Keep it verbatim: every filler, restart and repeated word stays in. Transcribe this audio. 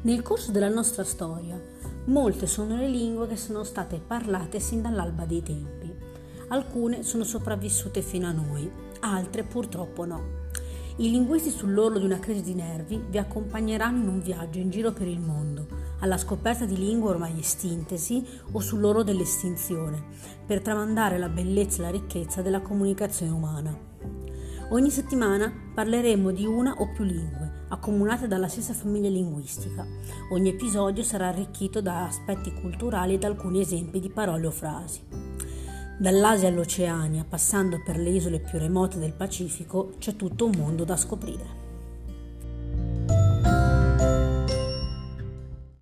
Nel corso della nostra storia, molte sono le lingue che sono state parlate sin dall'alba dei tempi. Alcune sono sopravvissute fino a noi, altre purtroppo no. I linguisti sull'orlo di una crisi di nervi vi accompagneranno in un viaggio in giro per il mondo, alla scoperta di lingue ormai estintesi o sull'orlo dell'estinzione, per tramandare la bellezza e la ricchezza della comunicazione umana. Ogni settimana parleremo di una o più lingue, accomunate dalla stessa famiglia linguistica. Ogni episodio sarà arricchito da aspetti culturali e da alcuni esempi di parole o frasi. Dall'Asia all'Oceania, passando per le isole più remote del Pacifico, c'è tutto un mondo da scoprire.